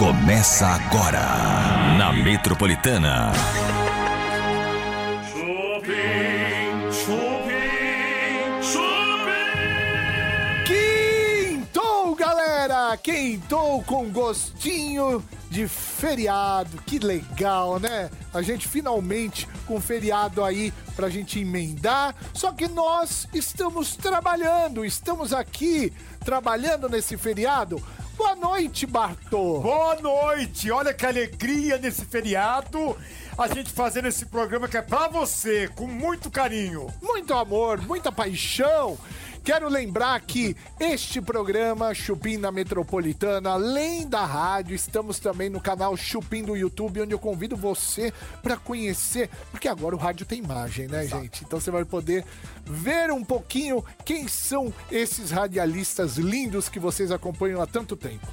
Começa agora na Metropolitana. Quintou, galera! Quintou com gostinho de feriado. Que legal, né? A gente finalmente com feriado aí pra gente emendar. Só que nós estamos trabalhando, estamos aqui trabalhando nesse feriado. Boa noite, Bartô. Boa noite. Olha que alegria nesse feriado. A gente fazendo esse programa que é pra você, com muito carinho. Muito amor, muita paixão. Quero lembrar que este programa, Chupim na Metropolitana, além da rádio, estamos também no canal Chupim do YouTube, onde eu convido você para conhecer, porque agora o rádio tem imagem, né, gente? Então você vai poder ver um pouquinho quem são esses radialistas lindos que vocês acompanham há tanto tempo.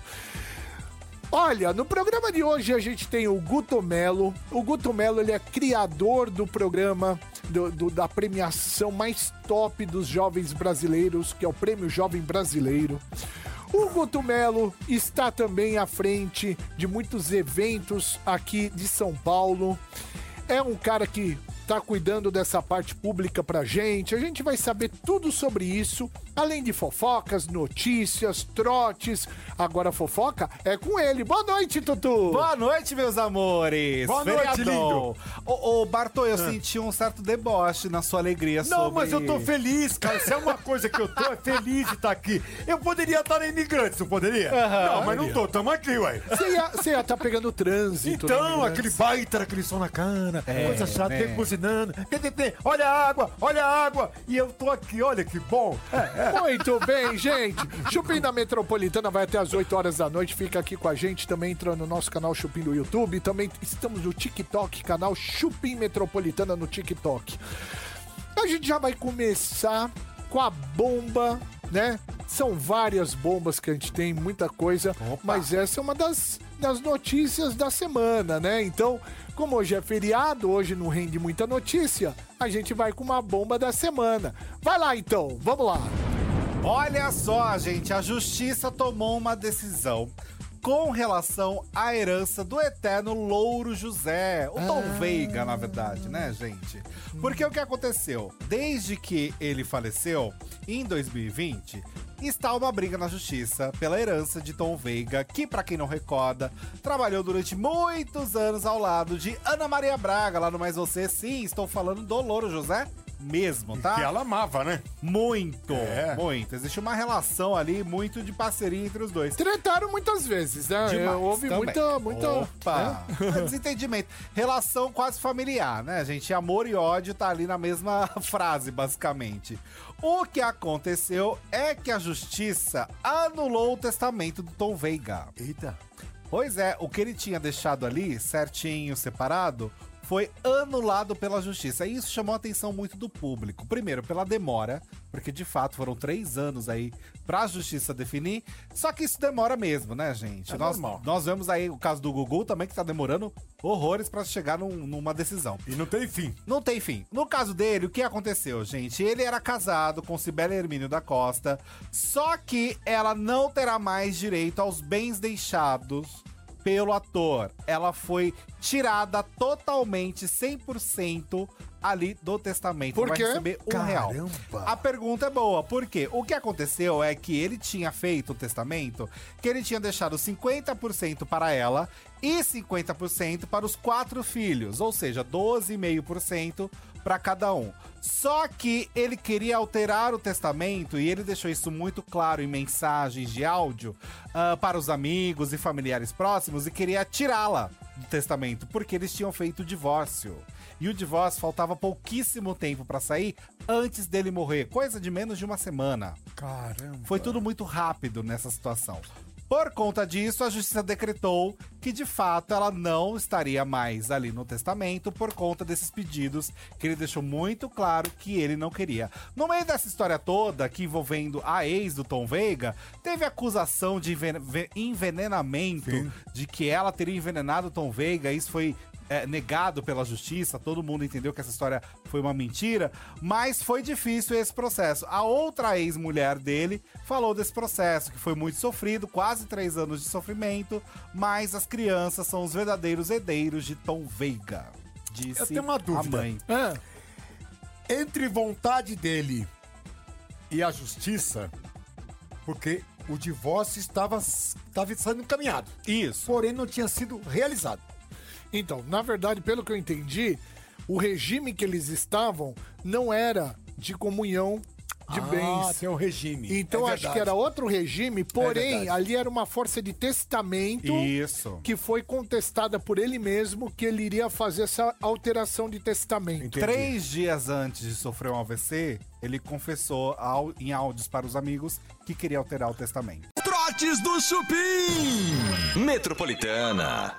Olha, no programa de hoje a gente tem o Guto Melo. O Guto Melo, ele é criador do programa, da premiação mais top dos jovens brasileiros, que é o Prêmio Jovem Brasileiro. O Guto Melo está também à frente de muitos eventos aqui de São Paulo. É um cara que tá cuidando dessa parte pública pra gente. A gente vai saber tudo sobre isso, além de fofocas, notícias, trotes. Agora a fofoca é com ele. Boa noite, Tutu! Boa noite, meus amores! Boa noite, lindo! Ô, Bartô, eu senti um certo deboche na sua alegria sobre... Não, mas eu tô feliz, cara. Se é uma coisa que eu tô, é feliz de estar aqui. Eu poderia estar na Imigrantes, não poderia? Não, mas não tô. Tamo aqui, ué. Você ia tá pegando trânsito. Então, aquele baita, aquele som na cana, coisa chata, tempo buzinando. Olha a água. E eu tô aqui, olha que bom. Muito bem, gente. Chupim da Metropolitana vai até as 8 horas da noite. Fica aqui com a gente. Também entra no nosso canal Chupim do YouTube. Também estamos no TikTok, canal Chupim Metropolitana no TikTok. A gente já vai começar com a bomba, né? São várias bombas que a gente tem, muita coisa. Opa. Mas essa é uma das notícias da semana, né? Então, como hoje é feriado, hoje não rende muita notícia, a gente vai com uma bomba da semana. Vai lá, então. Vamos lá. Olha só, gente. A justiça tomou uma decisão com relação à herança do eterno Louro José. O Tom Veiga, na verdade, né, gente? Porque o que aconteceu? Desde que ele faleceu, em 2020... está uma briga na justiça pela herança de Tom Veiga, que, pra quem não recorda, trabalhou durante muitos anos ao lado de Ana Maria Braga, lá no Mais Você. Sim, estou falando do Louro José mesmo, tá? Que ela amava, né? Muito. Existe uma relação ali, muito de parceria entre os dois. Tretaram muitas vezes, né? Demais, houve também. muita... Opa! Desentendimento. Relação quase familiar, né, gente? Amor e ódio tá ali na mesma frase, basicamente. O que aconteceu é que a justiça anulou o testamento do Tom Veiga. Eita. Pois é, o que ele tinha deixado ali, certinho, separado, foi anulado pela justiça. E isso chamou a atenção muito do público. Primeiro, pela demora, porque de fato foram 3 anos aí pra justiça definir. Só que isso demora mesmo, né, gente? Nós vemos aí o caso do Gugu também, que tá demorando horrores pra chegar numa decisão. E não tem fim. Não tem fim. No caso dele, o que aconteceu, gente? Ele era casado com Cibele Hermínio da Costa, só que ela não terá mais direito aos bens deixados pelo ator. Ela foi tirada totalmente, 100% ali do testamento. Por quê? Vai receber R$1. A pergunta é boa, por quê? O que aconteceu é que ele tinha feito o testamento, que ele tinha deixado 50% para ela e 50% para os 4 filhos, ou seja, 12,5% para cada um. Só que ele queria alterar o testamento e ele deixou isso muito claro em mensagens de áudio para os amigos e familiares próximos e queria tirá-la do testamento, porque eles tinham feito o divórcio. E o divórcio faltava pouquíssimo tempo para sair antes dele morrer, coisa de menos de uma semana. Caramba. Foi tudo muito rápido nessa situação. Por conta disso, a justiça decretou que, de fato, ela não estaria mais ali no testamento por conta desses pedidos que ele deixou muito claro que ele não queria. No meio dessa história toda, que envolvendo a ex do Tom Veiga, teve acusação de envenenamento, de que ela teria envenenado o Tom Veiga. Isso foi negado pela justiça, todo mundo entendeu que essa história foi uma mentira, mas foi difícil esse processo. A outra ex-mulher dele falou desse processo, que foi muito sofrido, quase 3 anos de sofrimento, mas as crianças são os verdadeiros herdeiros de Tom Veiga, disse Eu tenho uma dúvida. a mãe. Entre vontade dele e a justiça, porque o divórcio estava sendo encaminhado. Isso. Porém, não tinha sido realizado. Então, na verdade, pelo que eu entendi, o regime que eles estavam não era de comunhão de bens. Tem um regime. Então, É acho verdade. que era outro regime, porém, verdade. ali era uma força de testamento Isso. que foi contestada por ele mesmo, que ele iria fazer essa alteração de testamento. Entendi. 3 dias antes de sofrer um AVC, ele confessou em áudios para os amigos que queria alterar o testamento. Trotes do Chupim. Metropolitana.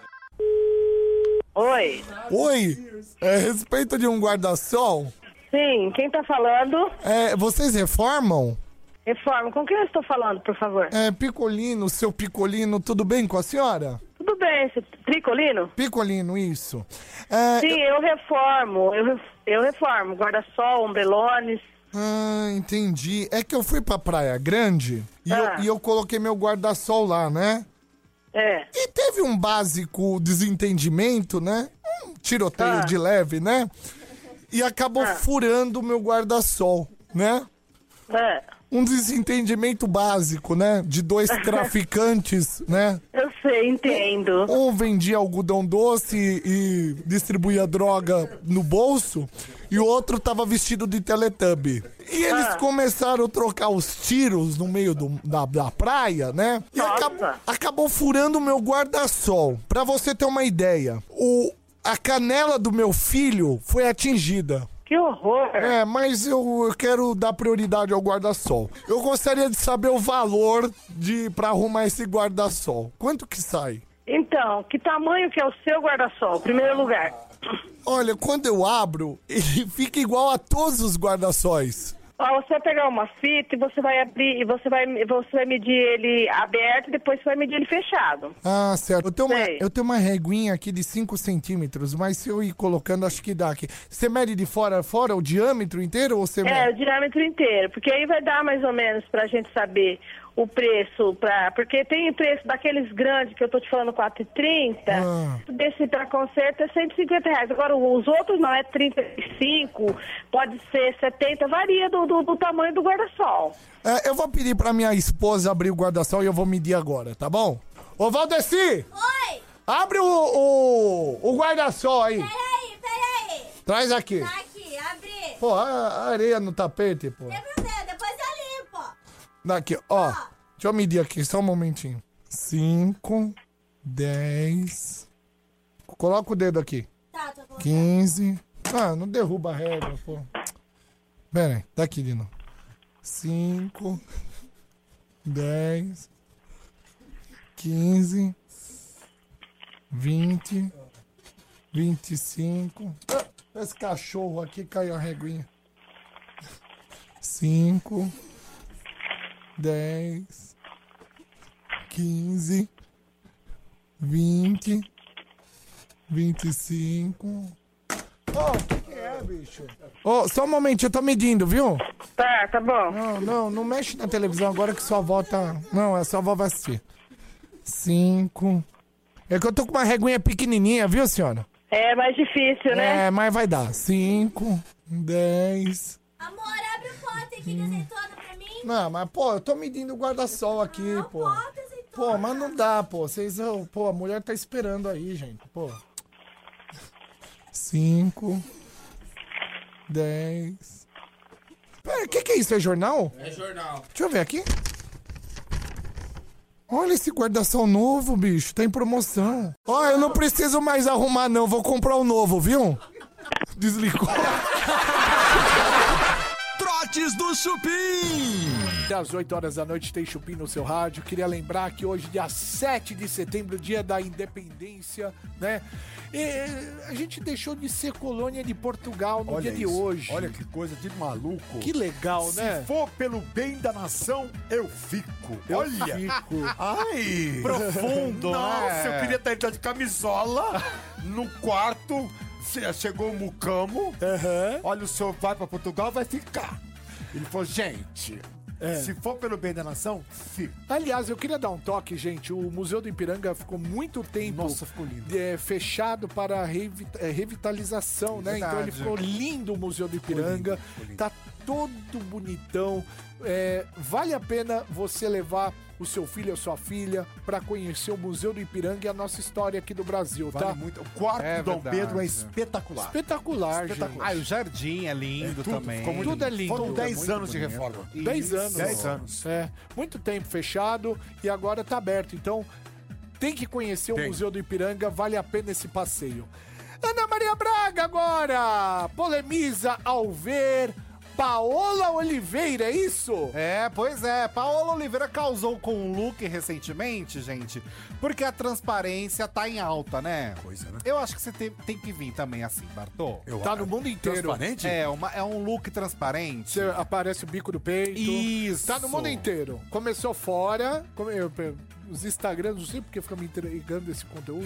Oi. Oi, a respeito de um guarda-sol, Sim, quem tá falando? vocês reformam? Reforma. Com quem eu estou falando, por favor? Picolino, seu Picolino, tudo bem com a senhora? Tudo bem, Tricolino? Picolino, isso. Sim, eu reformo. Eu reformo. Guarda-sol, ombrelones. Entendi. É que eu fui pra Praia Grande e eu coloquei meu guarda-sol lá, né? E teve um básico desentendimento, né? Um tiroteio de leve, né? E acabou furando o meu guarda-sol, né? Um desentendimento básico, né? De 2 traficantes, né? Eu sei, entendo. Um vendia algodão doce e distribuía droga no bolso, e o outro tava vestido de Teletubby. E eles começaram a trocar os tiros no meio da praia, né? E acabou furando o meu guarda-sol. Pra você ter uma ideia, a canela do meu filho foi atingida. Que horror. Mas eu quero dar prioridade ao guarda-sol. Eu gostaria de saber o valor pra arrumar esse guarda-sol. Quanto que sai? Então, que tamanho que é o seu guarda-sol, em primeiro lugar? Olha, quando eu abro, ele fica igual a todos os guarda-sóis. Você vai pegar uma fita e você vai abrir, e você vai medir ele aberto e depois você vai medir ele fechado. Certo. Sei. Eu tenho uma reguinha aqui de 5 centímetros, mas se eu ir colocando, acho que dá aqui. Você mede de fora a fora o diâmetro inteiro ou você mede? O diâmetro inteiro, porque aí vai dar mais ou menos pra gente saber o preço, porque tem preço daqueles grandes que eu tô te falando, 4,30, desse pra conserto é R$150. Agora os outros não, é 35, pode ser 70, varia do tamanho do guarda-sol. Eu vou pedir pra minha esposa abrir o guarda-sol e eu vou medir agora, tá bom? Ô, Valdeci! Oi! Abre o guarda-sol aí. Peraí. Traz aqui. Tá aqui, abri. Pô, a areia no tapete, pô. Tem problema, depois eu limpo. Daqui, ó. Deixa eu medir aqui, só um momentinho. 5, 10. Coloca o dedo aqui. Tá, tô colocando. 15. Não derruba a régua, pô. Pera aí, tá aqui de novo. 5, 10, 15, 20, 25. Esse cachorro aqui caiu a reguinha. 5, 10, 15, 20, 25. O que é, bicho? Só um momento, eu tô medindo, viu? Tá bom. Não mexe na televisão agora que sua avó tá... Não, a sua avó vai assistir. 5. É que eu tô com uma reguinha pequenininha, viu, senhora? É mais difícil, né? Mas vai dar. 5, 10... Amor, abre o pote aqui de azeitona pra mim. Não, mas, pô, eu tô medindo o guarda-sol aqui, pô. Pote azeitona. Pô, mas não dá, pô. Pô, a mulher tá esperando aí, gente, pô. 5, 10... Pera, o que é isso? É jornal? É jornal. Deixa eu ver aqui. Olha esse guarda-sol novo, bicho. Tá em promoção. Eu não preciso mais arrumar, não. Vou comprar um novo, viu? Desligou. Trotes do Chupim. Até às 8 horas da noite tem Chupim no seu rádio. Queria lembrar que hoje, dia 7 de setembro, dia da independência, né? E a gente deixou de ser colônia de Portugal no dia de hoje. Olha que coisa de maluco. Que legal, né? Se for pelo bem da nação, eu fico. Olha. Fico. Ai. Profundo, Nossa, né? eu queria estar de camisola no quarto. Chegou o mucamo. Olha, o senhor vai pra Portugal, vai ficar. Ele falou, gente, se for pelo bem da nação, fica. Aliás, eu queria dar um toque, gente. O Museu do Ipiranga ficou muito tempo Nossa, ficou lindo. Fechado para revitalização, né? Então ele Verdade. ficou lindo, o Museu do Ipiranga. Tá todo bonitão. Vale a pena você levar o seu filho ou sua filha para conhecer o Museu do Ipiranga e a nossa história aqui do Brasil, tá? Vale muito. O quarto É do Dom verdade. Pedro é espetacular. Espetacular, Espetacular. Ah, e o jardim é lindo Tudo, também. ficou muito Tudo é lindo. Foram Tudo 10 muito anos de bonito. reforma. 10 anos. 10 anos. Muito tempo fechado e agora tá aberto. Então, tem que conhecer o Tem. Museu do Ipiranga, vale a pena esse passeio. Ana Maria Braga agora! Polemiza ao ver Paola Oliveira, é isso? Pois é. Paola Oliveira causou com um look recentemente, gente, porque a transparência tá em alta, né? Coisa, né? Eu acho que você tem que vir também assim, Bartô. Tá no mundo inteiro. Transparente? É um look transparente. Você aparece o bico do peito. Isso. Tá no mundo inteiro. Começou fora. Os Instagrams, não sei porque fica me entregando esse conteúdo.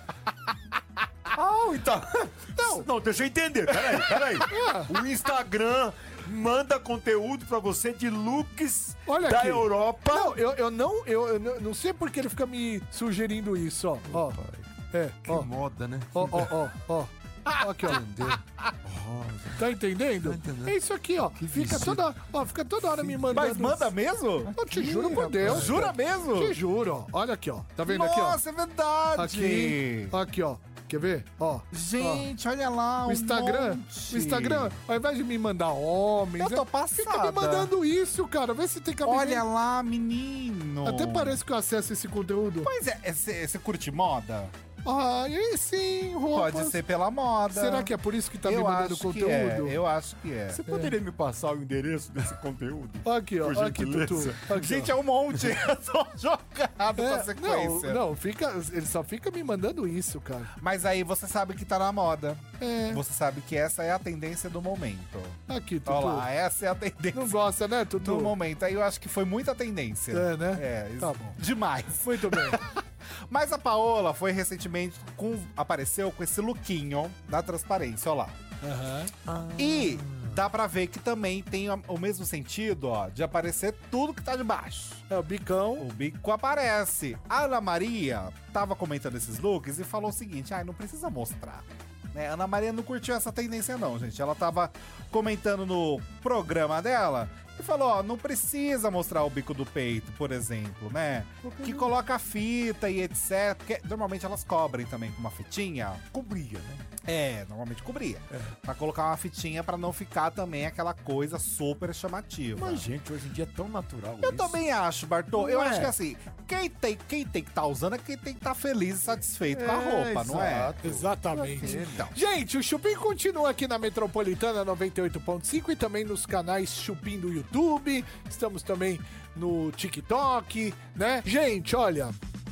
Então. Não, deixa eu entender. Peraí. O Instagram manda conteúdo pra você de looks Olha da aqui. Europa. Não, eu não sei porque ele fica me sugerindo isso, ó. Ó. Ó. moda, né? Ó. Aqui, ó. Tá entendendo? É isso aqui, ó. Fica toda hora me mandando. Mas manda mesmo? Eu te juro por Deus. Jura mesmo? Te juro, ó. Olha aqui, ó. Tá vendo aqui, ó? Nossa, é verdade. Aqui, ó. Quer ver? Ó. Gente, olha lá, O Instagram, ao invés de me mandar homens, Eu tô passada. fica me mandando isso, cara. Vê se tem cabelo. Olha lá, menino. Até parece que eu acesso esse conteúdo. Pois é, você curte moda? Ah, e sim, roupas. Pode ser pela moda. Será que é por isso que tá me Eu mandando acho conteúdo? que é, eu acho que é. Você poderia me passar o endereço desse conteúdo? Aqui, ó. Por Aqui, gentileza. Tutu. Aqui, Gente, ó. é um monte. Eu tô jogado com a sequência. Não, ele só fica me mandando isso, cara. Mas aí você sabe que tá na moda. É. Você sabe que essa é a tendência do momento. Aqui, Tutu. Olha lá, essa é a tendência Não gosta, né, Tutu? do momento. Aí eu acho que foi muita tendência. É, né? É, Tá bom. demais. Muito bem. Mas a Paola foi recentemente apareceu com esse lookinho da transparência, ó lá. E dá pra ver que também tem o mesmo sentido, ó, de aparecer tudo que tá de baixo. É o bicão. O bico aparece. A Ana Maria tava comentando esses looks e falou o seguinte: não precisa mostrar. Né? A Ana Maria não curtiu essa tendência não, gente. Ela tava comentando no programa dela e falou, ó, não precisa mostrar o bico do peito, por exemplo, né? Que coloca fita e etc. Porque normalmente elas cobrem também com uma fitinha. Cobria, né? Normalmente cobria. Pra colocar uma fitinha pra não ficar também aquela coisa super chamativa. Mas, gente, hoje em dia é tão natural Eu isso. também acho, Bartô. Não Eu é? acho que assim, quem tem que estar usando é quem tem que estar feliz e satisfeito com a roupa, não é? exato. Exatamente. Então. Gente, o Chupim continua aqui na Metropolitana 98.5 e também nos canais Chupim do YouTube. Estamos também no TikTok, né? Gente, olha,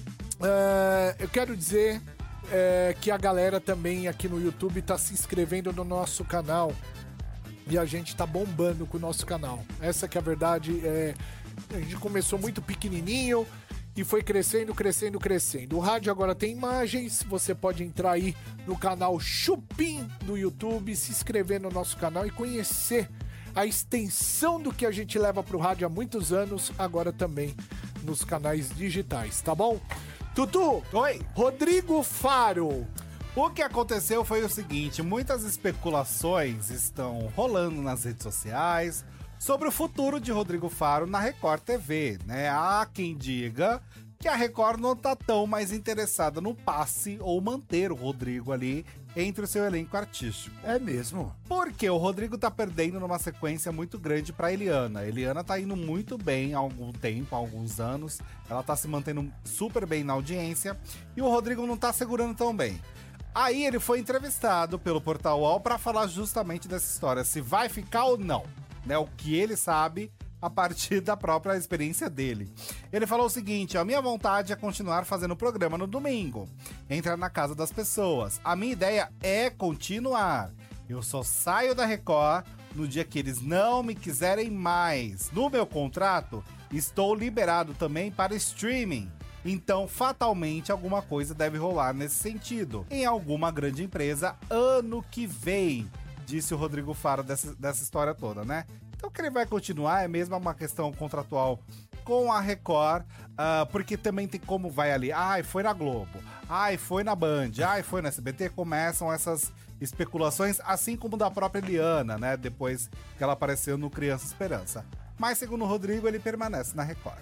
eu quero dizer que a galera também aqui no YouTube tá se inscrevendo no nosso canal. E a gente tá bombando com o nosso canal. Essa que é a verdade. A gente começou muito pequenininho e foi crescendo. O rádio agora tem imagens. Você pode entrar aí no canal Chupim do YouTube, se inscrever no nosso canal e conhecer a extensão do que a gente leva pro rádio há muitos anos, agora também nos canais digitais, tá bom? Tutu! Oi! Rodrigo Faro. O que aconteceu foi o seguinte, muitas especulações estão rolando nas redes sociais sobre o futuro de Rodrigo Faro na Record TV, né? Há quem diga que a Record não tá tão mais interessada no passe ou manter o Rodrigo ali entre o seu elenco artístico. É mesmo. Porque o Rodrigo tá perdendo numa sequência muito grande pra Eliana. Eliana tá indo muito bem há algum tempo, há alguns anos. Ela tá se mantendo super bem na audiência. E o Rodrigo não tá segurando tão bem. Aí ele foi entrevistado pelo Portal UOL pra falar justamente dessa história. Se vai ficar ou não. Né? O que ele sabe a partir da própria experiência dele. Ele falou o seguinte: a minha vontade é continuar fazendo o programa no domingo, entrar na casa das pessoas. A minha ideia é continuar. Eu só saio da Record no dia que eles não me quiserem mais. No meu contrato, estou liberado também para streaming. Então, fatalmente, alguma coisa deve rolar nesse sentido. Em alguma grande empresa, ano que vem, disse o Rodrigo Faro dessa história toda, né? Então, que ele vai continuar é mesmo uma questão contratual com a Record, porque também tem como vai ali, foi na Globo, foi na Band, foi na SBT, começam essas especulações, assim como da própria Eliana, né? Depois que ela apareceu no Criança Esperança. Mas, segundo o Rodrigo, ele permanece na Record.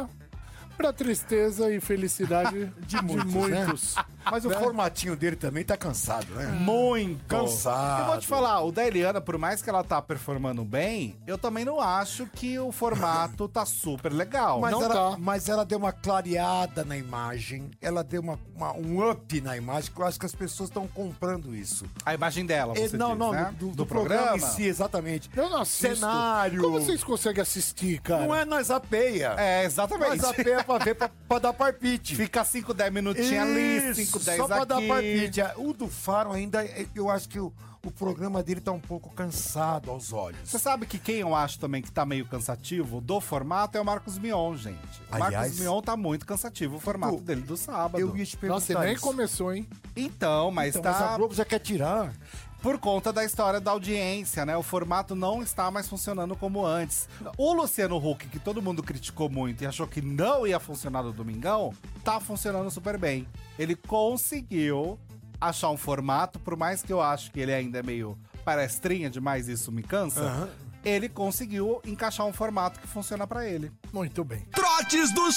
Pra tristeza e felicidade de muitos. Né? Mas o formatinho dele também tá cansado, né? Muito. Cansado. Eu vou te falar, o da Eliana, por mais que ela tá performando bem, eu também não acho que o formato tá super legal. Mas ela deu uma clareada na imagem, ela deu um up na imagem, que eu acho que as pessoas estão comprando isso. A imagem dela, você não, diz, não, né? do programa em si, exatamente. Eu não assisto. Cenário. Como vocês conseguem assistir, cara? Não é nós apeia. É, exatamente. Nós apeia pra ver, pra dar palpite. Fica 5, 10 minutinhos ali, 5, 10 só pra aqui. dar palpite. O do Faro ainda, eu acho que o programa dele tá um pouco cansado aos olhos. Você sabe que quem eu acho também que tá meio cansativo do formato é o Marcos Mion, gente. O Marcos Mion tá muito cansativo o formato dele do sábado. Eu ia te perguntar. Nossa, ele nem começou, hein? Então, mas Mas a tá... Globo já quer tirar. Por conta da história da audiência, né? O formato não está mais funcionando como antes. O Luciano Huck, que todo mundo criticou muito e achou que não ia funcionar no Domingão, tá funcionando super bem. Ele conseguiu achar um formato, por mais que eu acho que ele ainda é meio palestrinha demais, isso me cansa. Ele conseguiu encaixar um formato que funciona pra ele. Muito bem. Trotes do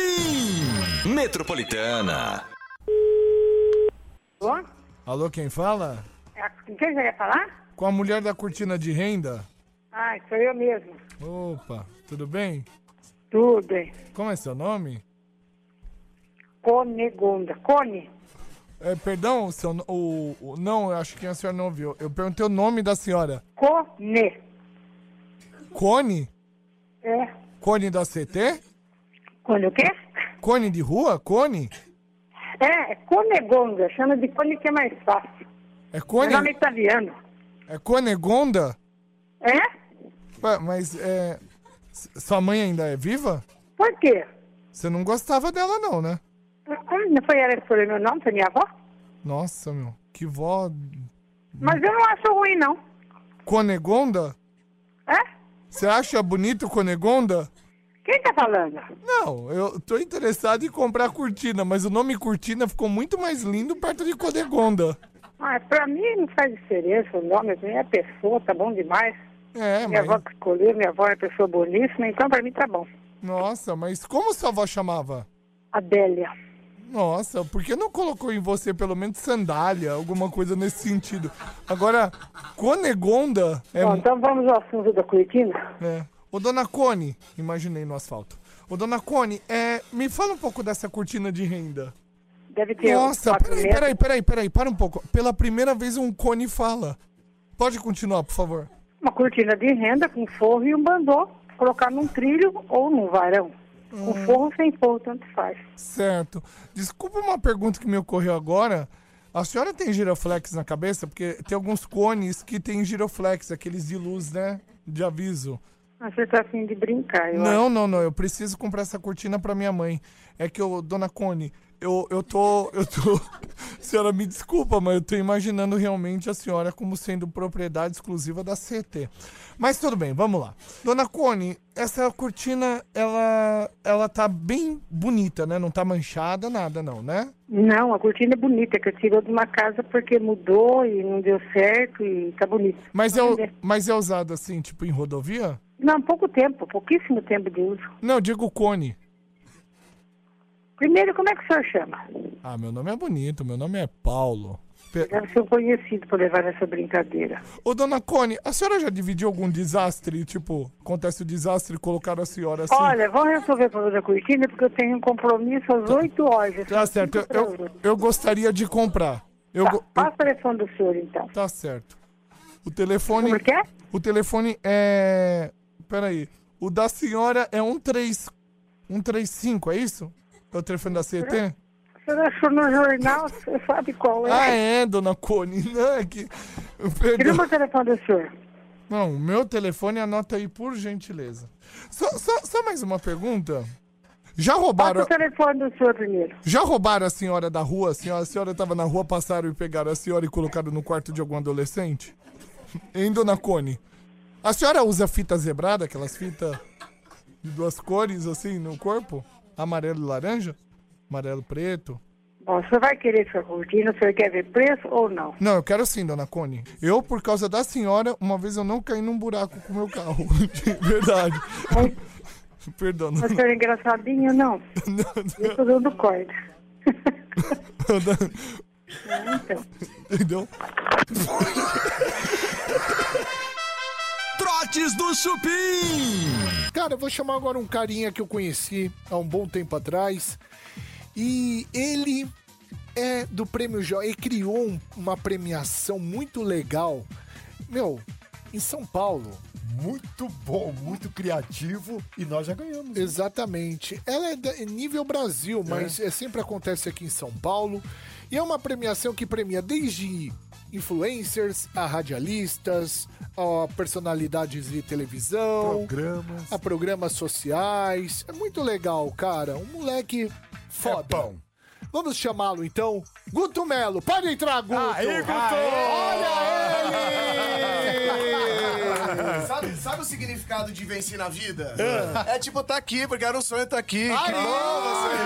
Chupim. Metropolitana. Alô? Alô, quem fala? Com quem você quer falar? Com a mulher da cortina de renda? Sou eu mesmo. Opa, tudo bem? Tudo bem. Como é seu nome? Conegonda. Cone? Perdão, não, eu acho que a senhora não ouviu. Eu perguntei o nome da senhora. Cone. Cone? É. Cone da CT? Cone o quê? Cone de rua? Cone? É Conegonda. Chama de Cone que é mais fácil. É Cone? Meu nome é italiano. É Conegonda? É? Ué, mas sua mãe ainda é viva? Por quê? Você não gostava dela não, né? Não foi ela que escolheu meu nome, foi minha avó? Nossa, meu, que vó... Mas eu não acho ruim, não. Conegonda? É? Você acha bonito Conegonda? Quem tá falando? Não, eu tô interessado em comprar cortina, mas o nome cortina ficou muito mais lindo perto de Conegonda. Pra mim não faz diferença o nome, é pessoa, tá bom demais. Minha Mas... avó que escolheu, minha avó é pessoa boníssima, então pra mim tá bom. Nossa, mas como sua avó chamava? Adélia. Nossa, por que não colocou em você pelo menos sandália, alguma coisa nesse sentido? Agora, Conegonda é... Bom, então vamos ao assunto da cortina. Ô, dona Cone, imaginei no asfalto. Ô, dona Cone, me fala um pouco dessa cortina de renda. Deve ter... Nossa, peraí, para um pouco. Pela primeira vez um Cone fala. Pode continuar, por favor. Uma cortina de renda com forro e um bandô. Colocar num trilho ou num varão. Com forro ou sem forro, tanto faz. Certo. Desculpa uma pergunta que me ocorreu agora. A senhora tem giroflex na cabeça? Porque tem alguns cones que tem giroflex, aqueles de luz, né? De aviso. Você tá afim de brincar, eu acho. Não. Eu preciso comprar essa cortina pra minha mãe. É que dona Cone, eu tô... A senhora me desculpa, mas eu tô imaginando realmente a senhora como sendo propriedade exclusiva da CT. Mas tudo bem, vamos lá. Dona Cone, essa cortina, ela tá bem bonita, né? Não tá manchada, nada não, né? Não, a cortina é bonita, que eu tirou de uma casa porque mudou e não deu certo e tá bonito. Mas é usado assim, tipo em rodovia? Não, pouquíssimo tempo de uso. Não, eu digo cone. Primeiro, como é que o senhor chama? Meu nome é bonito, meu nome é Paulo. Deve ser um conhecido por levar nessa brincadeira. Ô, dona Cone, a senhora já dividiu algum desastre? Tipo, acontece o desastre e colocaram a senhora assim? Olha, vamos resolver o problema da cortina porque eu tenho um compromisso às 8 horas. Tá certo, eu gostaria de comprar. Passa o telefone do senhor, então. Tá certo. O telefone... Como que é? O telefone é... Peraí. O da senhora é 135, é isso? É o telefone da CET? Você achou no jornal, você sabe qual é. Ah, é, dona Cone. Não, é que... Queria Perdão. o telefone do senhor. Não, o meu telefone anota aí, por gentileza. Só mais uma pergunta. Já roubaram... Bota o telefone do senhor primeiro. Já roubaram a senhora da rua? A senhora tava na rua, passaram e pegaram a senhora e colocaram no quarto de algum adolescente? Hein, dona Cone? A senhora usa fita zebrada, aquelas fitas de 2 cores, assim, no corpo? Amarelo e laranja? Amarelo e preto? Bom, você vai querer ficar curtindo, o senhor quer ver preço ou não? Não, eu quero sim, dona Cone. Eu, por causa da senhora, uma vez eu não caí num buraco com o meu carro. De verdade. Perdão. O senhor é engraçadinho, não? Eu tô dando corda. Então. Entendeu? Trotes do Chupim. Cara, eu vou chamar agora um carinha que eu conheci há um bom tempo atrás. E ele é do Prêmio Jovem. Ele criou uma premiação muito legal. Meu, em São Paulo. Muito bom, muito criativo e nós já ganhamos. Exatamente. Ela é nível Brasil, mas sempre acontece aqui em São Paulo. E é uma premiação que premia desde influencers, a radialistas, a personalidades de televisão, a programas sociais. É muito legal, cara. Um moleque foda. É bom. Vamos chamá-lo então, Guto Melo. Pode entrar, Guto. Aê, Guto! Olha ele! Sabe o significado de vencer na vida? É tipo, tá aqui, porque era um sonho estar aqui. Aí! Que bom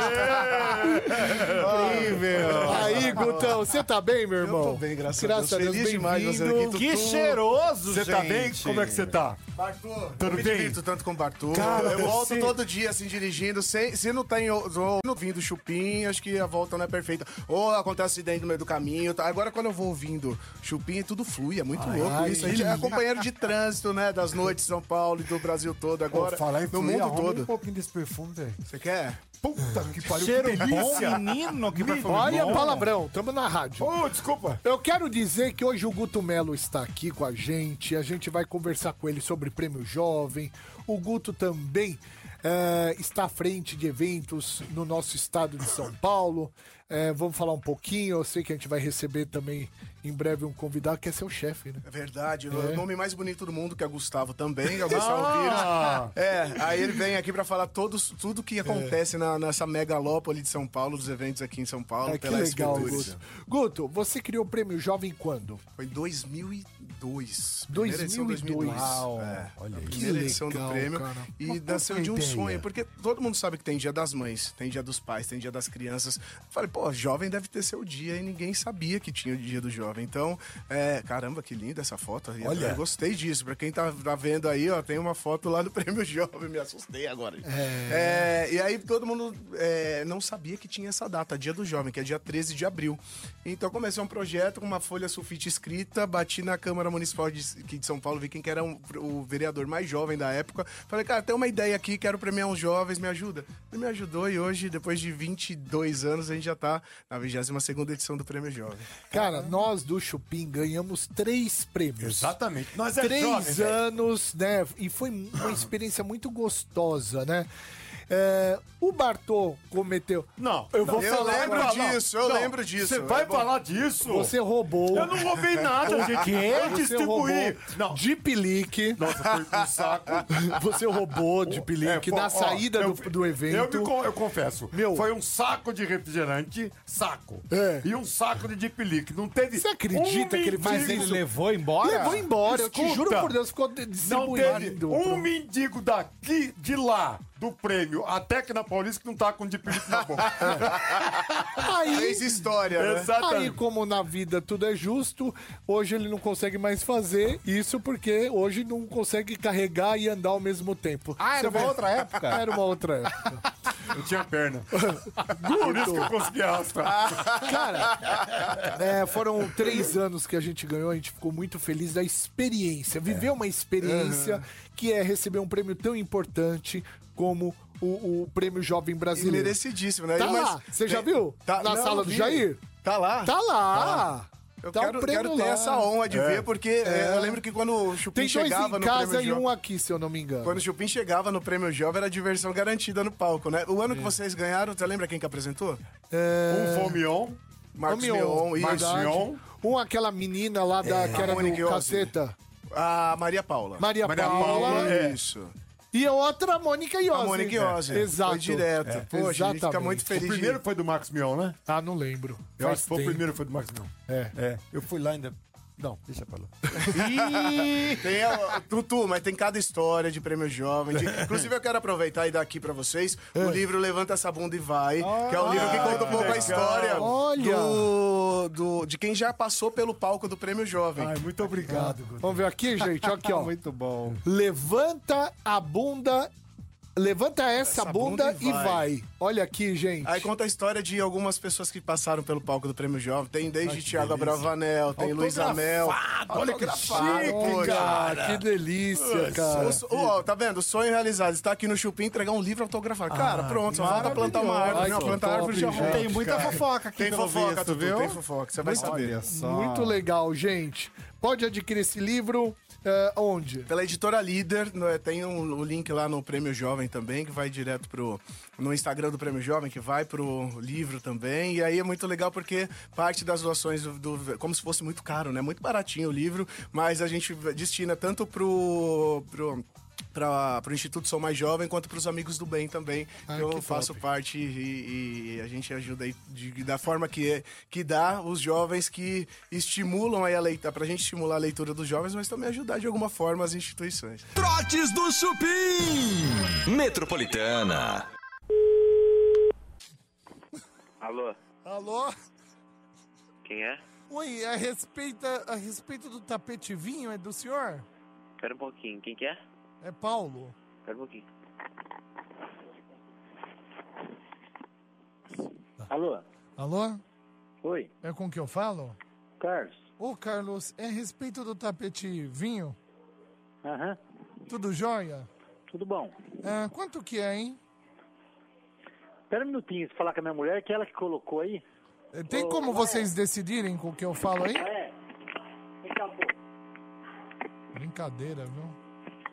vocês! Incrível! Aí, Gutão, você tá bem, meu irmão? Eu tô bem, graças a Deus. Feliz demais de você aqui. bem-vindo. Que cheiroso, Você gente. tá bem? Como é que você tá? Bartô, Tudo eu me bem? divirto tanto com o Bartô. Cara, eu volto você- todo dia, assim, dirigindo. Se não tem ouvindo Chupim, acho que a volta não é perfeita. Ou acontece acidente no meio do caminho. Tá? Agora, quando eu vou ouvindo Chupim, tudo flui. É muito louco isso. A gente é companheiro de trânsito, né? Das noites de São Paulo e do Brasil todo. Agora, falar em no fluir, mundo arruma todo. um pouquinho desse perfume, velho. Você quer? Puta que pariu, Cheiro que delícia. bom, menino, que perfume Olha bom. palavrão, tamo na rádio. Oh, desculpa. Eu quero dizer que hoje o Guto Melo está aqui com a gente vai conversar com ele sobre Prêmio Jovem. O Guto também está à frente de eventos no nosso estado de São Paulo. Vamos falar um pouquinho, eu sei que a gente vai receber também em breve um convidado que é seu chefe, né? É verdade, o nome mais bonito do mundo, que é Gustavo também, que é o Gustavo Pires. Aí ele vem aqui pra falar tudo que acontece nessa megalópole de São Paulo, dos eventos aqui em São Paulo, Que pela legal, Escultures. Guto. Guto, você criou o Prêmio Jovem quando? Foi em 2002. 2002. Uau, olha aí. Primeira edição do legal, prêmio. cara. E Mas nasceu qual de um foi a ideia? sonho, porque todo mundo sabe que tem dia das mães, tem dia dos pais, tem dia das crianças. Falei, pô, jovem deve ter seu dia, e ninguém sabia que tinha o dia do jovem. Então, caramba, que linda essa foto. Olha. Eu gostei disso. Pra quem tá vendo aí, ó, tem uma foto lá do Prêmio Jovem. Me assustei agora. E aí todo mundo não sabia que tinha essa data, dia do jovem, que é dia 13 de abril. Então comecei um projeto com uma folha sulfite escrita, bati na Câmara Municipal aqui de São Paulo, vi quem que era o vereador mais jovem da época. Falei, cara, tem uma ideia aqui, quero premiar uns jovens, me ajuda? Ele me ajudou e hoje, depois de 22 anos, a gente já tá na 22ª edição do Prêmio Jovem. Cara, nós do Chupim ganhamos 3 prêmios. Exatamente. Nós 3 anos, né? E foi uma experiência muito gostosa, né? O Bartô cometeu... Não. Eu vou Eu falar... lembro agora. disso, eu lembro disso. Você vai Eu vou- falar disso? Você roubou... Eu não roubei nada, gente. Eu Você distribuí. roubou Não. de pelique. Nossa, foi um saco. Você roubou de pelique Pô, na ó, saída eu- do evento. Eu confesso. Meu. Foi um saco de refrigerante, saco. É. E um saco de Dipilique. Não teve. Você acredita que ele fez Mas ele isso? levou embora? Levou embora, eu te Escuta. juro por Deus, ficou Não teve distribuindo. um mendigo daqui, de lá, do prêmio, até que na Paulista, que não tá com Dipilique na boca. Aí, Fez história, né? aí, Exatamente. como na vida tudo é justo, hoje ele não consegue mais fazer isso porque hoje não consegue carregar e andar ao mesmo tempo. Ah, era Você uma vê? outra época? Era uma outra época. Eu tinha perna. Por isso que eu consegui arrastar. Cara, foram 3 anos que a gente ganhou, a gente ficou muito feliz da experiência. Viver uma experiência que é receber um prêmio tão importante como o Prêmio Jovem E Brasileiro. merecidíssimo, né? Tá Mas- lá, você já viu? Na não, sala do vi. Jair? Tá lá? Tá lá. Eu Tá um quero prêmio ter lá. essa honra de ver, porque eu lembro que quando o Chupim Tem dois chegava em no casa Prêmio e um Jovem... aqui, se eu não me engano. Quando o Chupim chegava no Prêmio Jovem, era diversão garantida no palco, né? O ano que vocês ganharam, você lembra quem que apresentou? Um Fomion. Marcos Mion, Mion. verdade. Mion. Aquela menina lá da, que era Monique do Ozzy. Caceta. A Maria Paula. Maria Paula. Isso. E a outra, Mônica Iose. A Monique Ozzy. Exato. Foi direto. Poxa, a gente fica Exatamente. muito O feliz. primeiro foi do Marcos Mion, né? Ah, não lembro. Eu Faz acho que foi o tempo. primeiro foi do Marcos Mion. É. Eu fui lá ainda... Não, deixa pra lá. Tem Tutu, mas tem cada história de Prêmio Jovem. Inclusive, eu quero aproveitar e dar aqui pra vocês o livro Levanta essa Bunda e Vai, que é o livro que conta um pouco a história Olha. de quem já passou pelo palco do Prêmio Jovem. Ai, muito obrigado, Guto. Vamos ver aqui, gente? Aqui, ó. Muito bom. Levanta a bunda. Levanta essa bunda e vai. Olha aqui, gente. Aí conta a história de algumas pessoas que passaram pelo palco do Prêmio Jovem. Tem desde Thiago Abravanel, tem Luiz Amel. Olha que chique, Poxa, que delícia, cara. Tá vendo? O sonho realizado. Está aqui no Chupim entregar um livro autografado. Cara, pronto, só falta plantar uma árvore. Ai, Não, que plantar top, árvore já gente. rola. Tem muita fofoca aqui, Tem pelo fofoca, visto, Tutu, viu? tem fofoca. Você vai saber. Olha só. Muito legal, gente. Pode adquirir esse livro onde? Pela editora Líder, tem o link lá no Prêmio Jovem também, que vai direto no Instagram do Prêmio Jovem, que vai pro livro também. E aí é muito legal porque parte das doações, como se fosse muito caro, né? Muito baratinho o livro, mas a gente destina tanto pro Instituto Sou Mais Jovem, quanto para os Amigos do Bem também. Eu que faço top. parte e a gente ajuda aí da forma que dá os jovens que estimulam aí a leitura, pra gente estimular a leitura dos jovens, mas também ajudar de alguma forma as instituições. Trotes do Chupim. Metropolitana. Alô, Alô? quem é? Oi, a respeito do tapete vinho, é do senhor? Espera um pouquinho, quem que é? É Paulo. Espera um pouquinho. Alô, Alô? oi, É com que eu falo? Carlos. Ô, Carlos, é a respeito do tapete vinho? Aham, Tudo jóia? tudo bom. Quanto que é, hein? Espera um minutinho, se falar com a minha mulher, que é ela que colocou aí. Tem como vocês decidirem com o que eu falo aí? É, acabou. Brincadeira, viu?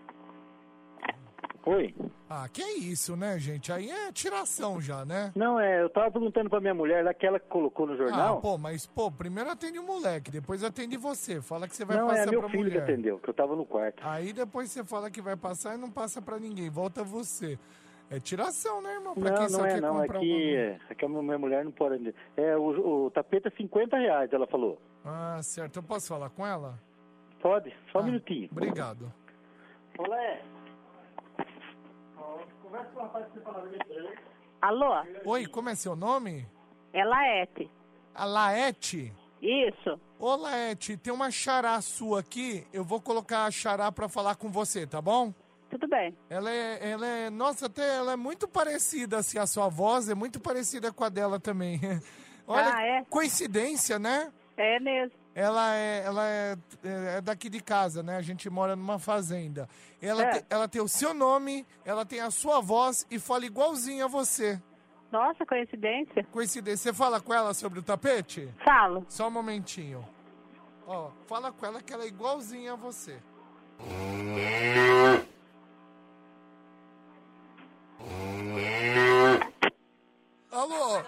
Oi. Ah, que é isso, né, gente? Aí é tiração já, né? Não, eu tava perguntando pra minha mulher, aquela que colocou no jornal. Primeiro atende o moleque, depois atende você. Fala que você vai Não, passar é meu pra filho mulher. que atendeu, que eu tava no quarto. Aí depois você fala que vai passar e não passa pra ninguém, volta você. É tiração, né, irmão? Pra Não, quem só não é quer não, é comprar que a minha mulher não pode... O tapete é R$50, ela falou. Ah, certo. Eu posso falar com ela? Pode, só um minutinho. Obrigado. Olé. Conversa com o rapaz que você falava aí. Alô? Oi, como é seu nome? É Laete. A Laete? Isso. Ô, Laete, tem uma xará sua aqui. Eu vou colocar a xará pra falar com você, tá bom? Tudo bem. Nossa, até ela é muito parecida, assim, a sua voz é muito parecida com a dela também. Olha, coincidência, né? É mesmo. Ela é daqui de casa, né? A gente mora numa fazenda. Ela tem o seu nome, ela tem a sua voz e fala igualzinho a você. Nossa, coincidência. Coincidência. Você fala com ela sobre o tapete? Falo. Só um momentinho. Ó, fala com ela que ela é igualzinha a você. Alô?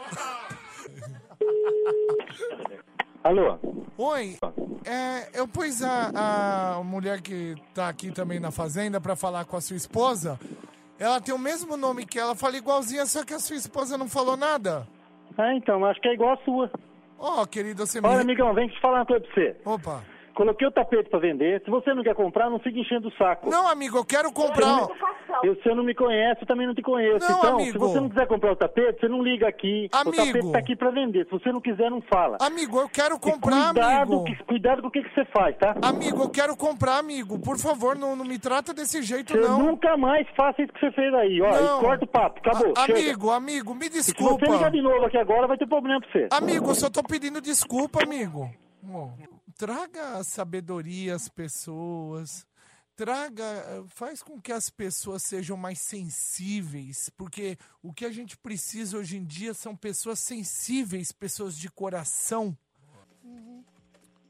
Alô? Oi, eu pus a mulher que tá aqui também na fazenda pra falar com a sua esposa. Ela tem o mesmo nome que ela, fala igualzinha, só que a sua esposa não falou nada. Ah, então, acho que é igual a sua. Ó, querido, você me... Olha, amigão, vem te falar uma coisa pra você. Opa. Coloquei o tapete pra vender. Se você não quer comprar, não fica enchendo o saco. Não, amigo, eu quero comprar. Você não me conhece, eu também não te conheço. Não, então, amigo. se você não quiser comprar o tapete, você não liga aqui. Amigo. O tapete tá aqui pra vender. Se você não quiser, não fala. Amigo, eu quero comprar, cuidado, amigo. Cuidado com o que você faz, tá? Amigo, eu quero comprar, amigo. Por favor, não me trata desse jeito, Você não. nunca mais faça isso que você fez aí, ó. Não. E corta o papo, acabou. chega. Amigo, me E desculpa. se você ligar de novo aqui agora, vai ter problema pra você. Amigo, eu só tô pedindo desculpa, amigo. Traga a sabedoria às pessoas. Faz com que as pessoas sejam mais sensíveis, porque o que a gente precisa hoje em dia são pessoas sensíveis, pessoas de coração.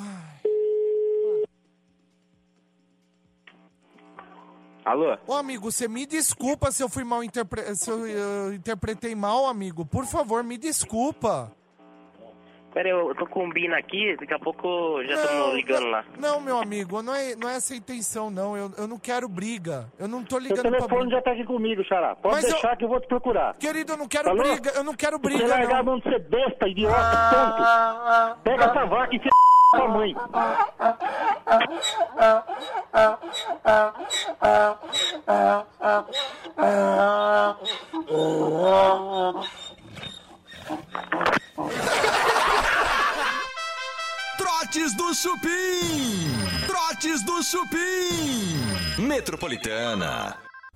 Alô? Ô, amigo, você me desculpa se eu fui mal se eu interpretei mal, amigo. Por favor, me desculpa. Pera aí, eu tô com o Bina aqui, daqui a pouco já estamos ligando lá. Não, meu amigo, não é essa a intenção, não. Eu não quero briga. Eu não tô Seu ligando pra telefone briga. já tá aqui comigo, Xará. Pode Mas deixar que eu vou te procurar. Querido, eu não quero Falou? briga. Eu não quero briga, Você largar a não. mão de ser besta, idiota, tonto. Pega essa vaca e enfia sua mãe. Trotes do Chupim. Trotes do Chupim. Metropolitana.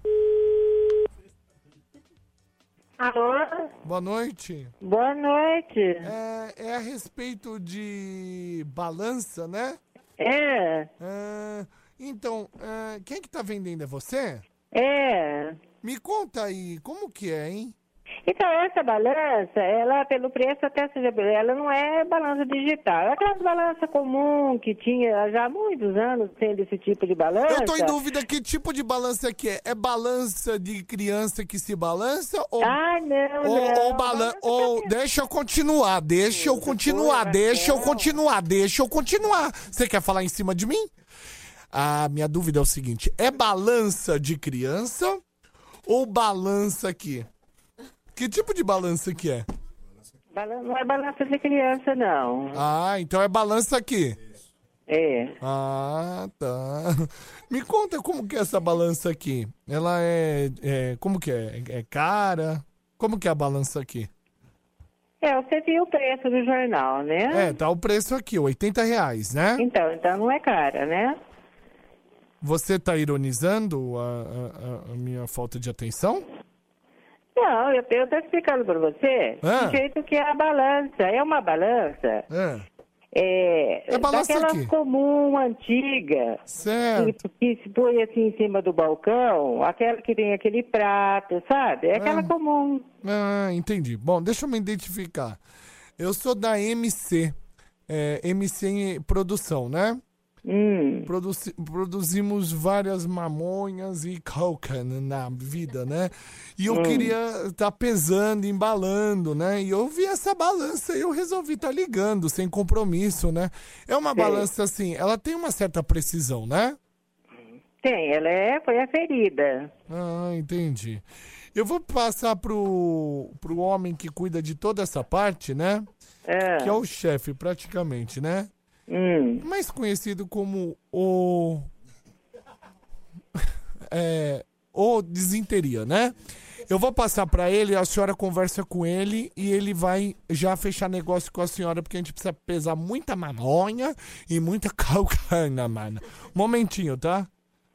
Alô? Boa noite. Boa noite. É a respeito de balança, né? É. Então, quem é que tá vendendo? É você? É. Me conta aí, como que é, hein? Então, essa balança, ela, pelo preço até ela não é balança digital. É aquelas balanças comuns que tinha já há muitos anos tendo esse tipo de balança. Eu tô em dúvida que tipo de balança que é. É balança de criança que se balança? Ou, deixa eu continuar. Você quer falar em cima de mim? A minha dúvida é o seguinte, é balança de criança ou balança aqui? Que tipo de balança que é? Não é balança de criança, não. Ah, então é balança aqui. É. Ah, tá. Me conta como que é essa balança aqui. Ela como que é? É cara? Como que é a balança aqui? Você viu o preço do jornal, né? Tá o preço aqui, R$80, né? Então não é cara, né? Você tá ironizando a minha falta de atenção? Não, eu tô explicando pra você do jeito que é a balança. É uma balança. É balança daquelas aqui. Comum, antiga. Certo. Que se põe assim em cima do balcão, aquela que tem aquele prato, sabe? É aquela comum. Ah, entendi. Bom, deixa eu me identificar. Eu sou da MC. MC em produção, né? Produzimos várias mamonhas e coca na vida, né? E eu queria estar pesando, embalando, né? E eu vi essa balança e eu resolvi estar ligando, sem compromisso, né? É uma balança assim, ela tem uma certa precisão, né? Tem, ela foi aferida. Ah, entendi. Eu vou passar pro homem que cuida de toda essa parte, né? Que é o chefe, praticamente, né? Mais conhecido como o Desinteria, né? Eu vou passar pra ele, a senhora conversa com ele e ele vai já fechar negócio com a senhora, porque a gente precisa pesar muita mamonha e muita calcana, mano. Momentinho, tá?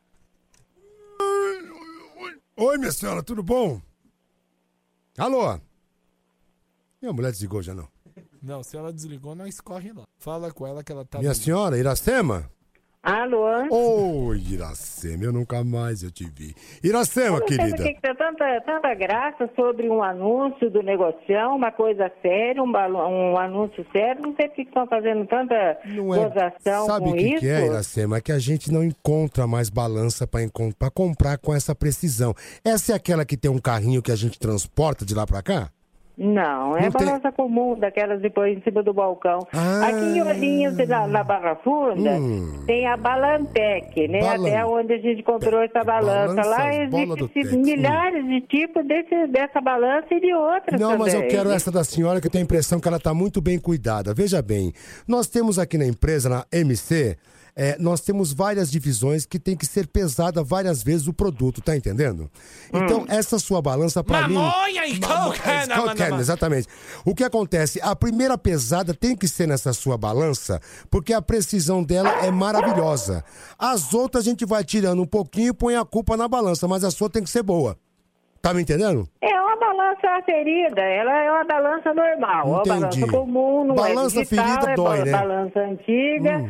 Oi, minha senhora, tudo bom? Alô? Minha mulher desligou já, não? Não, se ela desligou, nós corre lá. Fala com ela que ela tá... Minha senhora, Iracema? Alô? Oi, Iracema, eu nunca mais eu te vi. Iracema, querida. Por que tanta graça sobre um anúncio do Negocião, uma coisa séria, um anúncio sério? Não sei por que estão fazendo tanta gozação Sabe com o isso. que é, Iracema? É que a gente não encontra mais balança pra comprar com essa precisão. Essa é aquela que tem um carrinho que a gente transporta de lá pra cá? Não, é balança comum, daquelas de pôr em cima do balcão. Aqui em Ourinhos, na Barra Funda, tem a Balantec, né? Até onde a gente comprou essa balança. Lá existem milhares de tipos dessa balança e de outras Não, também. mas eu quero essa da senhora, que eu tenho a impressão que ela está muito bem cuidada. Veja bem, nós temos aqui na empresa, na MC... nós temos várias divisões que tem que ser pesada várias vezes o produto, tá entendendo? Então, essa sua balança pra mim... Mamonha e cocaína, exatamente. O que acontece? A primeira pesada tem que ser nessa sua balança, porque a precisão dela é maravilhosa. As outras a gente vai tirando um pouquinho e põe a culpa na balança, mas a sua tem que ser boa. Tá me entendendo? É uma balança ferida, ela é uma balança normal. Uma balança comum, não balança é digital, ferida dói, né? Balança antiga...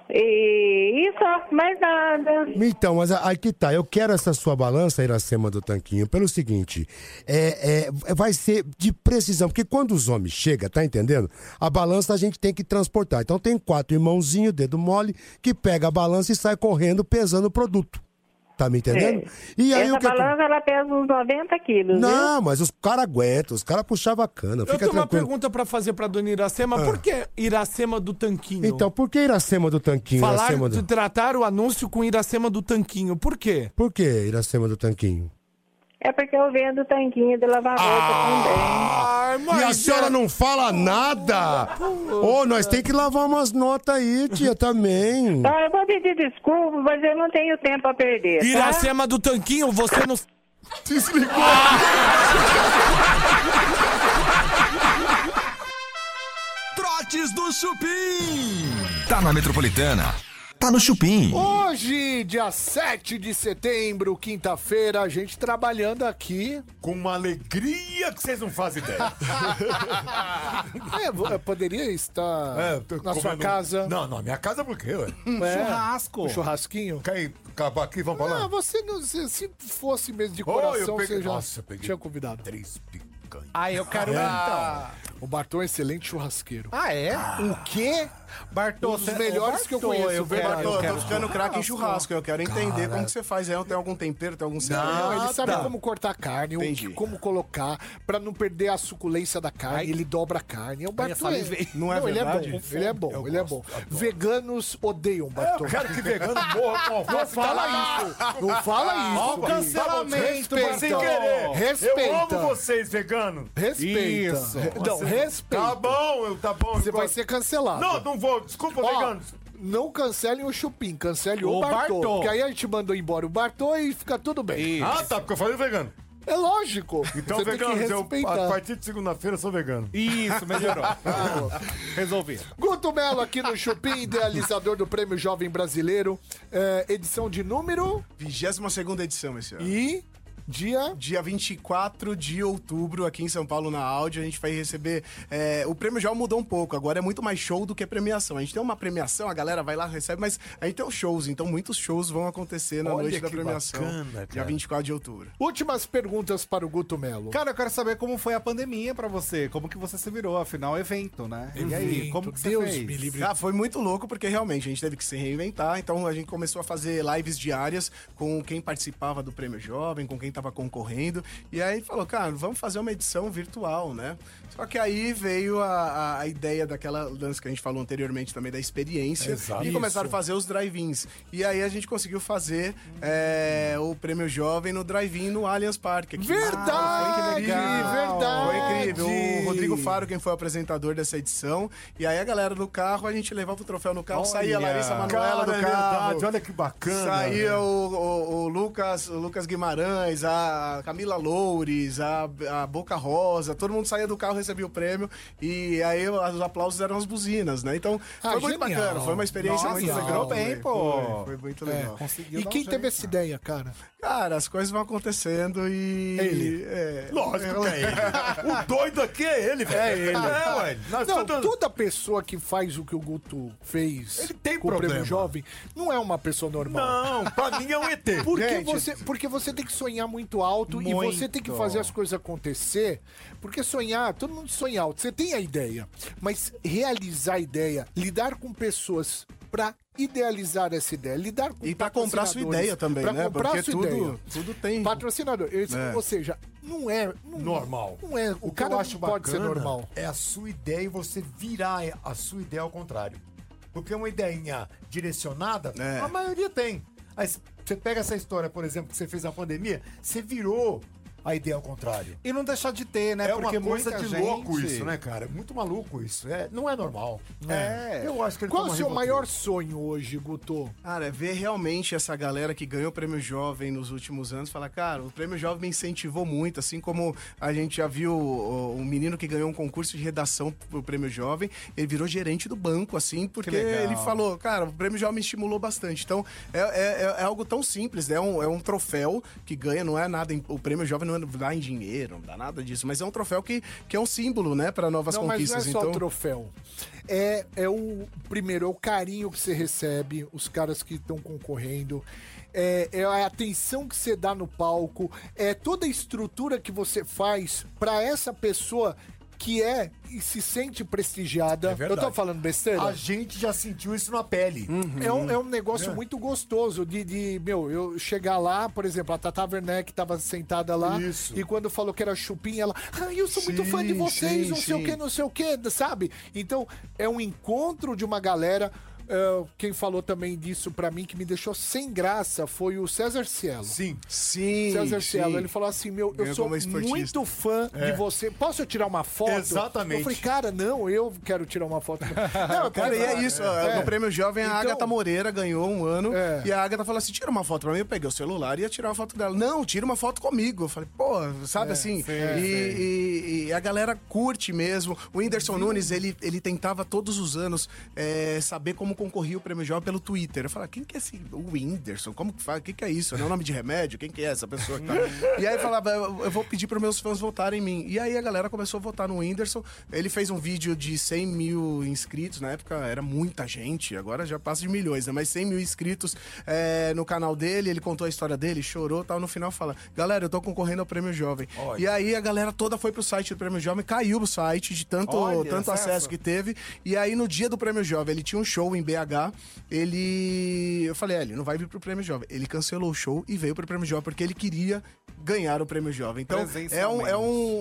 E só, mais nada. Então, mas aí que tá. Eu quero essa sua balança, Iracema do Tanquinho, pelo seguinte: vai ser de precisão, porque quando os homens chegam, tá entendendo? A balança a gente tem que transportar. Então tem 4 irmãozinhos, dedo mole, que pega a balança e sai correndo pesando o produto. Tá me entendendo? E aí, Essa balança, ela pesa uns 90 quilos, Não, mas os caras aguentam, os caras puxavam a cana. Eu Fica tenho uma tranquilo. pergunta pra fazer pra dona Iracema. Por que Iracema do Tanquinho? Então, por que Iracema do Tanquinho? Iracema de tratar o anúncio com Iracema do Tanquinho. Por quê? Por que Iracema do Tanquinho? É porque eu vendo tanquinho de lavar roupa também. E a senhora não fala nada? Ô, nós tem que lavar umas notas aí, tia, também. Tá, eu vou pedir desculpa, mas eu não tenho tempo a perder, tá? Iracema do Tanquinho, você não... Desligou. Trotes do Chupim. Tá na Metropolitana. Tá no Chupim. Hoje, dia 7 de setembro, quinta-feira, a gente trabalhando aqui. Com uma alegria que vocês não fazem ideia. Eu poderia estar na sua comendo- casa. Não, minha casa por quê, ué? Churrasco. Um churrasquinho. Quer acabar aqui, vamos pra lá? Ah, você não, se fosse mesmo de coração, você já Nossa, eu peguei tinha convidado. 3 picanhas. Ah, eu quero então. O Bartô é um excelente churrasqueiro. Ah, é? O quê? Bartô, Um dos melhores que eu conheço, verdade. Eu tô ficando craque em churrasco. Eu quero entender como que você faz. Tem algum tempero, tem algum segredo? Não, ele sabe como cortar a carne, Entendi. como colocar, pra não perder a suculência da carne. Ele dobra a carne. É um Bartô. Não é verdade? Ele é bom, ele é bom. Veganos odeiam Bartô. Eu quero que vegano morra com alface. Não fala isso. Não fala isso. Ó, cancelamento, Respeita. sem querer. Respeita. Eu amo vocês, veganos. Respeita. Isso. Não, respeita. Tá bom, tá bom. Você vai ser cancelado. Não vou. Desculpa, Ó, veganos. não cancelem o Chupim, cancele o O Bartô. Bartô. Porque aí a gente mandou embora o Bartô e fica tudo bem. Ah, tá, porque eu falei vegano. É lógico. Então, você tem veganos, que a respeitar. partir de segunda-feira eu sou vegano. Isso, melhorou. Resolvi. Guto Melo aqui no Chupim, idealizador do Prêmio Jovem Brasileiro. Edição de número 22ª edição esse ano. e dia... Dia 24 de outubro, aqui em São Paulo, na Áudio, a gente vai receber... o prêmio já mudou um pouco, agora é muito mais show do que premiação. A gente tem uma premiação, a galera vai lá, recebe, mas a gente tem os shows, então muitos shows vão acontecer na Olha noite da que premiação. bacana, cara. Dia 24 de outubro. Últimas perguntas para o Guto Melo. Cara, eu quero saber como foi a pandemia pra você. Como que você se virou, afinal, evento, né? E aí, Evento, como que você Deus fez? me livre. Ah, foi muito louco, porque realmente a gente teve que se reinventar, então a gente começou a fazer lives diárias com quem participava do Prêmio Jovem, com quem tava concorrendo, e aí falou, cara, vamos fazer uma edição virtual, né? Só que aí veio a ideia daquela lance que a gente falou anteriormente também, da experiência, Exato. e começaram a fazer os drive-ins. E aí a gente conseguiu fazer o Prêmio Jovem no drive-in no Allianz Parque. Aqui. Verdade, Foi incrível. verdade. Foi incrível. O Rodrigo Faro, quem foi o apresentador dessa edição. E aí a galera do carro, a gente levava o troféu no carro, saía a Larissa Manoela do é carro. verdade, olha que bacana. Saía o Lucas Guimarães, a Camila Loures, a Boca Rosa, todo mundo saía do carro, recebia o prêmio. E aí os aplausos eram as buzinas, né? Então foi muito genial. bacana, foi uma experiência Nossa, muito você legal. virou bem, pô. Foi muito legal. E quem teve essa ideia, cara? Cara, as coisas vão acontecendo e... Ele. Lógico que é ele. O doido aqui é ele, velho. É ele. Ué. Não, toda pessoa que faz o que o Guto fez Ele tem com o Prêmio problema. Jovem não é uma pessoa normal. Não, pra mim é um ET. Porque você tem que sonhar muito alto e você tem que fazer as coisas acontecer. Porque sonhar, todo mundo sonha alto. Você tem a ideia, mas realizar a ideia, lidar com pessoas pra idealizar essa ideia, lidar com E pra comprar sua patrocinadores, ideia também, pra né? comprar Porque sua ideia. tudo tem... Patrocinador. Ou seja, não é Normal. Não é. O cara eu não acho pode ser bacana normal. é a sua ideia e você virar a sua ideia ao contrário. Porque uma ideinha direcionada, a maioria tem. Aí você pega essa história, por exemplo, que você fez na pandemia, você virou a ideia ao contrário. E não deixar de ter, né? É uma Porque coisa muita de gente... louco isso, né, cara? É muito maluco isso. Não é normal. Eu acho que ele Qual toma o seu Rivotril. maior sonho hoje, Guto? Cara, é ver realmente essa galera que ganhou o Prêmio Jovem nos últimos anos, falar, cara, o Prêmio Jovem me incentivou muito, assim como a gente já viu um menino que ganhou um concurso de redação pro Prêmio Jovem, ele virou gerente do banco, assim, porque ele falou, cara, o Prêmio Jovem me estimulou bastante. Então, é algo tão simples, né? É um troféu que ganha, não é nada, o Prêmio Jovem não dá em dinheiro, não dá nada disso. Mas é um troféu que é um símbolo, né, para novas conquistas. Mas não é só o troféu. É o carinho que você recebe, os caras que estão concorrendo. É a atenção que você dá no palco, é toda a estrutura que você faz para essa pessoa que e se sente prestigiada. Eu tô falando besteira? A gente já sentiu isso na pele. É um negócio muito gostoso eu chegar lá, por exemplo, a Tata Werneck tava sentada lá e quando falou que era Chupim, ela, eu sou muito fã de vocês, não sei o que, sabe? Então, é um encontro de uma galera. Quem falou também disso pra mim, que me deixou sem graça, foi o César Cielo. Sim. César Cielo, ele falou assim, eu sou muito fã de você. Posso eu tirar uma foto? Exatamente. Eu falei, cara, não, eu quero tirar uma foto. Não, cara, e é isso. No Prêmio Jovem, a Agatha Moreira ganhou um ano e a Agatha falou assim, tira uma foto pra mim. Eu peguei o celular e ia tirar uma foto dela. Não, tira uma foto comigo. Eu falei, pô, sabe assim? E a galera curte mesmo. O Whindersson Nunes, ele tentava todos os anos saber como concorria o Prêmio Jovem pelo Twitter. Eu falava, quem que é esse o Whindersson? Como que faz? O que é isso? Não é nome de remédio? Quem que é essa pessoa? E aí eu falava, eu vou pedir para meus fãs votarem em mim. E aí a galera começou a votar no Whindersson. Ele fez um vídeo de 100 mil inscritos. Na época era muita gente. Agora já passa de milhões, né? Mas 100 mil inscritos no canal dele. Ele contou a história dele, chorou e tal. No final fala, galera, eu tô concorrendo ao Prêmio Jovem. Olha. E aí a galera toda foi pro site do Prêmio Jovem. Caiu o site de tanto acesso que teve. E aí no dia do Prêmio Jovem, ele tinha um show em BH, eu falei, ele não vai vir pro Prêmio Jovem. Ele cancelou o show e veio pro Prêmio Jovem porque ele queria ganhar o Prêmio Jovem. Então, é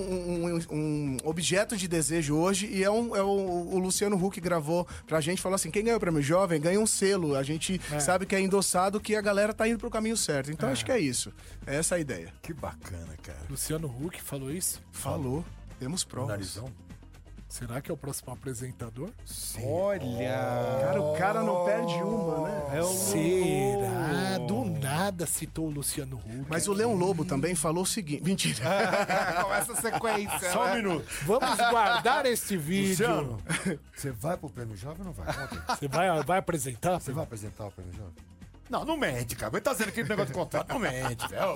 um objeto de desejo hoje e o Luciano Huck gravou pra gente, falou assim, quem ganha o Prêmio Jovem ganha um selo. A gente sabe que é endossado, que a galera tá indo pro caminho certo. Então, acho que é isso. É essa a ideia. Que bacana, cara. Luciano Huck falou isso? Falou. Temos provas. Narizão. Será que é o próximo apresentador? Sim. Olha! O cara não perde uma, né? Será? Do nada citou o Luciano Huck. Mas o Leão Lobo também falou o seguinte... Mentira. Começa a sequência. Só um minuto. Vamos guardar esse vídeo. Luciano, você vai pro Prêmio Jovem ou não vai? Você vai apresentar? Você vai apresentar o Prêmio Jovem? Não mente, cara. Ele tá dizendo aquele negócio de contrato. Não mente, velho.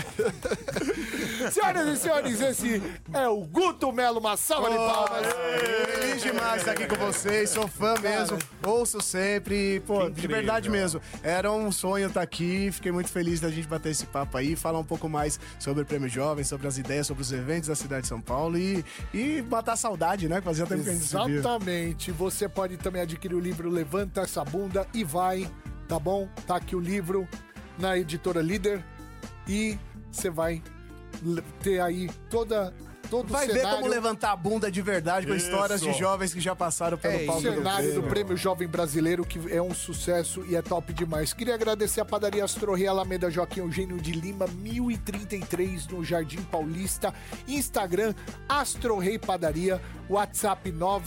Senhoras e senhores, esse é o Guto Melo. Uma salva de palmas. Feliz demais estar aqui com vocês. Sou fã mesmo. Ouço sempre. Pô, de verdade mesmo. Era um sonho estar aqui. Fiquei muito feliz da gente bater esse papo aí. Falar um pouco mais sobre o Prêmio Jovem, sobre as ideias, sobre os eventos da cidade de São Paulo e matar a saudade, né? Fazia tempo que a gente se viu. Exatamente. Você pode também adquirir o livro Levanta Essa Bunda e Vai. Tá bom? Tá aqui o livro na editora Líder e você vai ter aí todo o cenário. Vai ver como levantar a bunda de verdade com histórias de jovens que já passaram pelo palco do cenário do Prêmio Jovem Brasileiro, que é um sucesso e é top demais. Queria agradecer a padaria Astro Rei Alameda Joaquim Eugênio de Lima, 1033, no Jardim Paulista. Instagram, Astro Rei Padaria. WhatsApp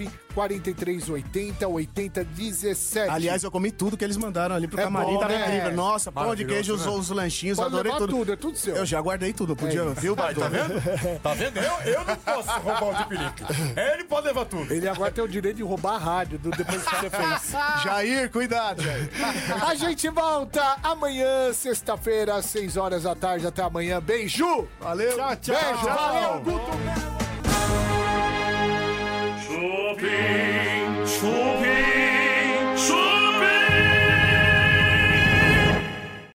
94380-8017. Aliás, eu comi tudo que eles mandaram ali pro camarim. Bom, Tava né? incrível. Nossa, pão de queijo, os lanchinhos, Pode adorei levar tudo. tudo, é tudo seu. Eu já guardei tudo, podia, viu? Tá vendo? Tá vendo? Eu não posso roubar o de perigo. Ele pode levar tudo. Ele agora tem o direito de roubar a rádio depois que você fez. Jair, cuidado, Jair. A gente volta amanhã, sexta-feira, às 6 horas da tarde. Até amanhã. Beijo! Valeu! Tchau, tchau! Beijo! Valeu, Guto! Chupim, chupim.